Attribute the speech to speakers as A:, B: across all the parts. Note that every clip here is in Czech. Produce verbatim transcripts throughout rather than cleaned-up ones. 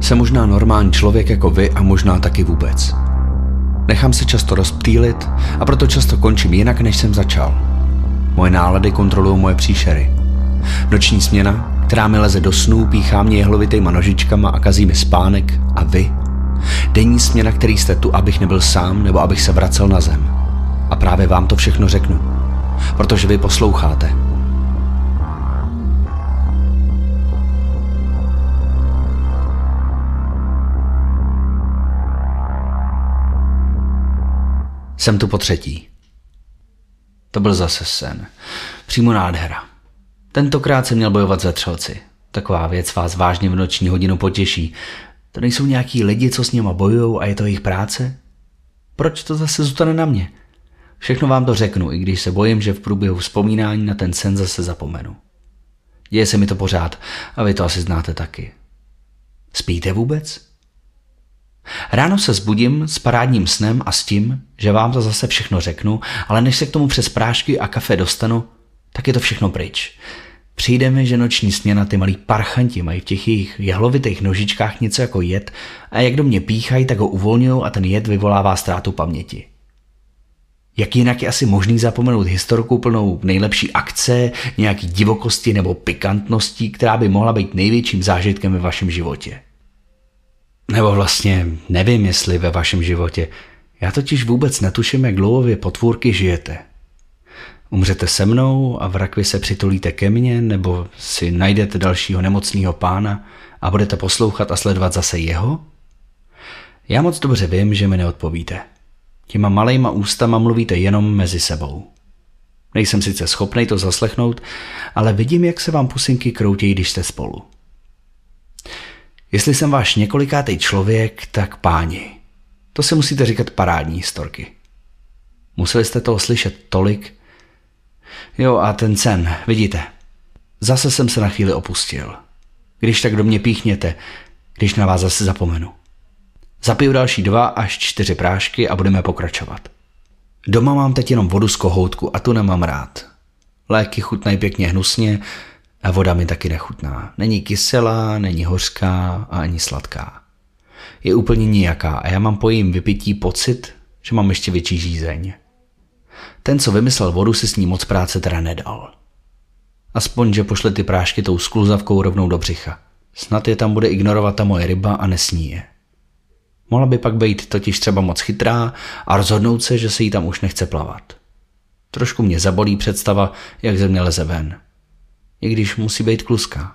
A: Jsem možná normální člověk jako vy a možná taky vůbec. Nechám se často rozptýlit a proto často končím jinak, než jsem začal. Moje nálady kontrolují moje příšery. Noční směna, která mi leze do snů, píchá mě jehlovitýma nožičkama a kazí mi spánek. A vy? Denní směna, který jste tu, abych nebyl sám nebo abych se vracel na zem. A právě vám to všechno řeknu. Protože vy posloucháte. Jsem tu po třetí. To byl zase sen. Přímo nádhera. Tentokrát jsem měl bojovat ze Vetřelci. Taková věc vás vážně v noční hodinu potěší. To nejsou nějaký lidi, co s něma bojujou a je to jejich práce? Proč to zase zůstane na mě? Všechno vám to řeknu, i když se bojím, že v průběhu vzpomínání na ten sen zase zapomenu. Děje se mi to pořád a vy to asi znáte taky. Spíte vůbec? Ráno se zbudím s parádním snem a s tím, že vám to zase všechno řeknu, ale než se k tomu přes prášky a kafe dostanu, tak je to všechno pryč. Přijde mi, že noční směna, ty malí parchanti mají v těch jejich jehlovitých nožičkách něco jako jed a jak do mě píchají, tak ho uvolňují a ten jed vyvolává ztrátu paměti. Jak jinak je asi možný zapomenout historku plnou nejlepší akce, nějaký divokosti nebo pikantnosti, která by mohla být největším zážitkem ve vašem životě? Nebo vlastně nevím, jestli ve vašem životě. Já totiž vůbec netuším, jak dlouho vy potvůrky žijete. Umřete se mnou a v rakvi se přitulíte ke mně, nebo si najdete dalšího nemocného pána a budete poslouchat a sledovat zase jeho? Já moc dobře vím, že mi neodpovíte. Těma malejma ústama mluvíte jenom mezi sebou. Nejsem sice schopnej to zaslechnout, ale vidím, jak se vám pusinky kroutějí, když jste spolu. Jestli jsem váš několikátej člověk, tak páni. To si musíte říkat parádní historky. Museli jste toho slyšet tolik. Jo, a ten sen, vidíte. Zase jsem se na chvíli opustil. Když tak do mě píchněte, když na vás zase zapomenu. Zapiju další dva až čtyři prášky a budeme pokračovat. Doma mám teď jenom vodu z kohoutku a tu nemám rád. Léky chutnají pěkně hnusně a voda mi taky nechutná. Není kyselá, není hořká a ani sladká. Je úplně nijaká a já mám po jejím vypití pocit, že mám ještě větší žízeň. Ten, co vymyslel vodu, si s ní moc práce teda nedal. Aspoň, že pošle ty prášky tou skluzavkou rovnou do břicha. Snad je tam bude ignorovat ta moje ryba a nesní je. Mohla by pak být totiž třeba moc chytrá a rozhodnout se, že se jí tam už nechce plavat. Trošku mě zabolí představa, jak ze mě leze ven. I když musí být kluská.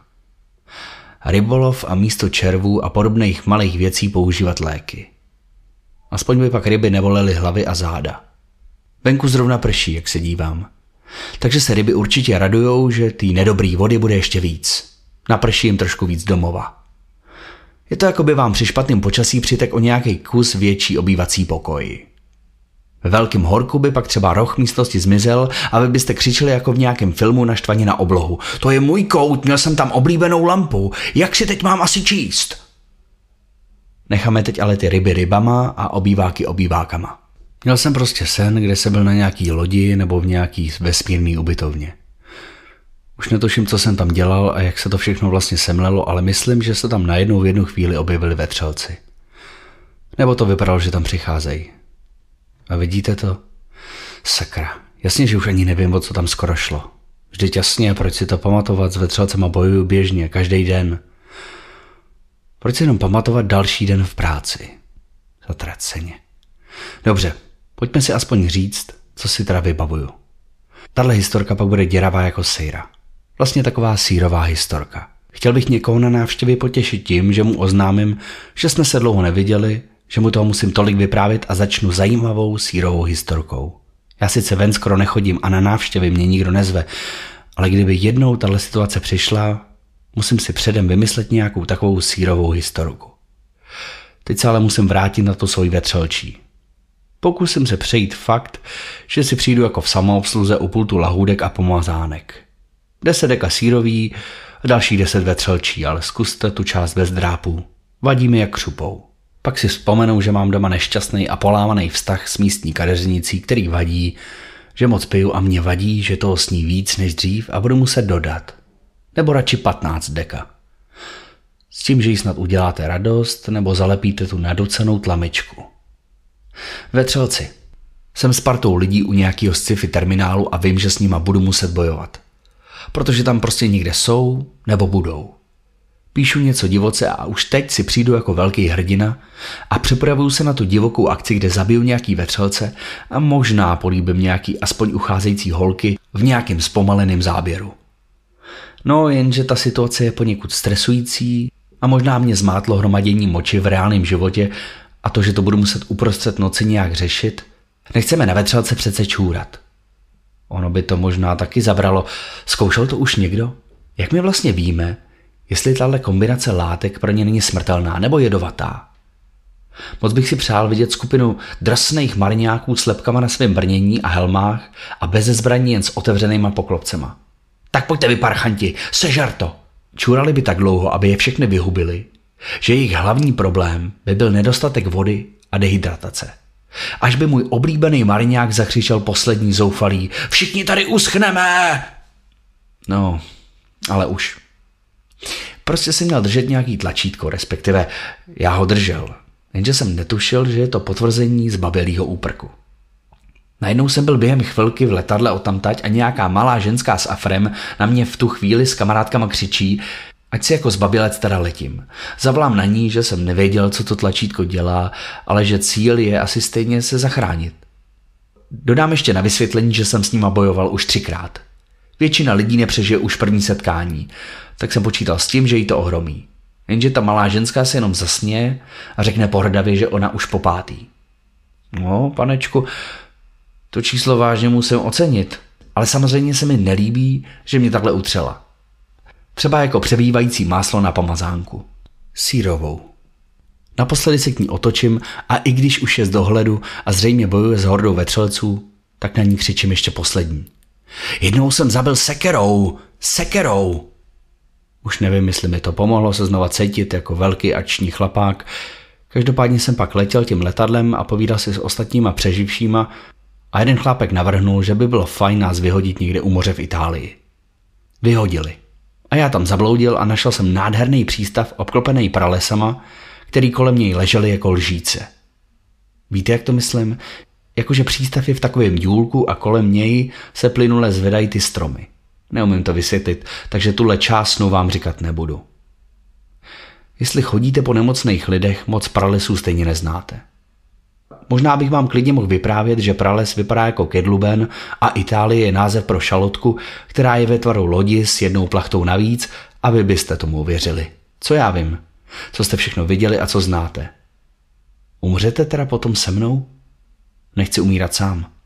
A: Rybolov a místo červů a podobných malých věcí používat léky. Aspoň by pak ryby nebolely hlavy a záda. Venku zrovna prší, jak se dívám. Takže se ryby určitě radujou, že té nedobrý vody bude ještě víc. Naprší jim trošku víc domova. Je to, jako by vám při špatném počasí přitek o nějaký kus větší obývací pokoj. Ve velkém horku by pak třeba roh místnosti zmizel a vy byste křičeli jako v nějakém filmu naštvaně na oblohu. To je můj kout, měl jsem tam oblíbenou lampu, jak si teď mám asi číst? Necháme teď ale ty ryby rybama a obýváky obývákama. Měl jsem prostě sen, kde jsem byl na nějaký lodi nebo v nějaký vesmírný ubytovně. Už netuším, co jsem tam dělal a jak se to všechno vlastně semlelo, ale myslím, že se tam najednou v jednu chvíli objevili vetřelci. Nebo to vypadalo, že tam přicházejí. A vidíte to? Sakra, jasně, že už ani nevím, o co tam skoro šlo. Vždyť jasně, proč si to pamatovat, s vetřelcema bojuju běžně, každý den. Proč si jenom pamatovat další den v práci? Zatraceně. Dobře, pojďme si aspoň říct, co si teda vybavuju. Tahle historka pak bude děravá jako sejra. Vlastně taková sýrová historka. Chtěl bych někoho na návštěvě potěšit tím, že mu oznámím, že jsme se dlouho neviděli, že mu toho musím tolik vyprávět a začnu zajímavou sýrovou historkou. Já sice ven skoro nechodím a na návštěvy mě nikdo nezve, ale kdyby jednou tahle situace přišla, musím si předem vymyslet nějakou takovou sýrovou historku. Teď se ale musím vrátit na to svoji vetřelčí. Pokusím se přejít fakt, že si přijdu jako v samoobsluze u pultu lahůdek a pomazánek. Deset deka sýrový a další deset vetřelčí, ale zkuste tu část bez drápů. Vadí mi jak křupou. Pak si vzpomenu, že mám doma nešťastný a polávaný vztah s místní kadeřnicí, který vadí, že moc piju a mě vadí, že toho sní víc než dřív a budu muset dodat. Nebo radši patnáct deka. S tím, že jí snad uděláte radost nebo zalepíte tu naducenou tlamičku. Vetřelci. Jsem s partou lidí u nějakého sci-fi terminálu a vím, že s nima budu muset bojovat. Protože tam prostě někde jsou nebo budou. Píšu něco divoce a už teď si přijdu jako velký hrdina a připravuju se na tu divokou akci, kde zabiju nějaký vetřelce a možná políbím nějaký aspoň ucházející holky v nějakém zpomaleném záběru. No jenže ta situace je poněkud stresující a možná mě zmátlo hromadění moči v reálném životě a to, že to budu muset uprostřed noci nějak řešit. Nechceme na vetřelce přece čůrat. Ono by to možná taky zabralo. Zkoušel to už někdo? Jak my vlastně víme, jestli tahle kombinace látek pro ně není smrtelná nebo jedovatá? Moc bych si přál vidět skupinu drsných marňáků s lepkama na svém brnění a helmách a beze zbraní jen s otevřenýma poklopcema. Tak pojďte vy, parchanti, sežer to! Čůrali by tak dlouho, aby je všechny vyhubili, že jejich hlavní problém by byl nedostatek vody a dehydratace. Až by můj oblíbený marňák zakřičel poslední zoufalý: všichni tady uschneme! No, ale už. Prostě jsem měl držet nějaký tlačítko, respektive já ho držel, jenže jsem netušil, že je to potvrzení zbabělýho úprku. Najednou jsem byl během chvilky v letadle odtamtať a nějaká malá ženská s afrem na mě v tu chvíli s kamarádkama křičí, ať si jako zbabělec teda letím. Zavolám na ní, že jsem nevěděl, co to tlačítko dělá, ale že cíl je asi stejně se zachránit. Dodám ještě na vysvětlení, že jsem s nima bojoval už třikrát. Většina lidí nepřežije už první setkání, tak jsem počítal s tím, že jí to ohromí. Jenže ta malá ženská se jenom zasměje a řekne pohrdavě, že ona už po pátý. No, panečku, to číslo vážně musím ocenit, ale samozřejmě se mi nelíbí, že mě takhle utřela. Třeba jako přebývající máslo na pamazánku. Sýrovou. Naposledy se k ní otočím a i když už je z dohledu a zřejmě bojuje s hordou vetřelců, tak na ní křičím ještě poslední. Jednou jsem zabil sekerou! Sekerou! Už nevím, jestli mi to pomohlo se znova cítit jako velký akční chlapák. Každopádně jsem pak letěl tím letadlem a povídal si s ostatníma přeživšíma a jeden chlápek navrhnul, že by bylo fajn nás vyhodit někde u moře v Itálii. Vyhodili. A já tam zabloudil a našel jsem nádherný přístav obklopený pralesama, který kolem něj ležely jako lžíce. Víte, jak to myslím? Jakože přístav je v takovém důlku a kolem něj se plynule zvedají ty stromy. Neumím to vysvětlit, takže tuhle čásnu vám říkat nebudu. Jestli chodíte po nemocných lidech, moc pralesů stejně neznáte. Možná bych vám klidně mohl vyprávět, že prales vypadá jako kedluben a Itálie je název pro šalotku, která je ve tvaru lodi s jednou plachtou navíc, a vy byste tomu uvěřili. Co já vím? Co jste všechno viděli a co znáte? Umřete teda potom se mnou? Nechci umírat sám.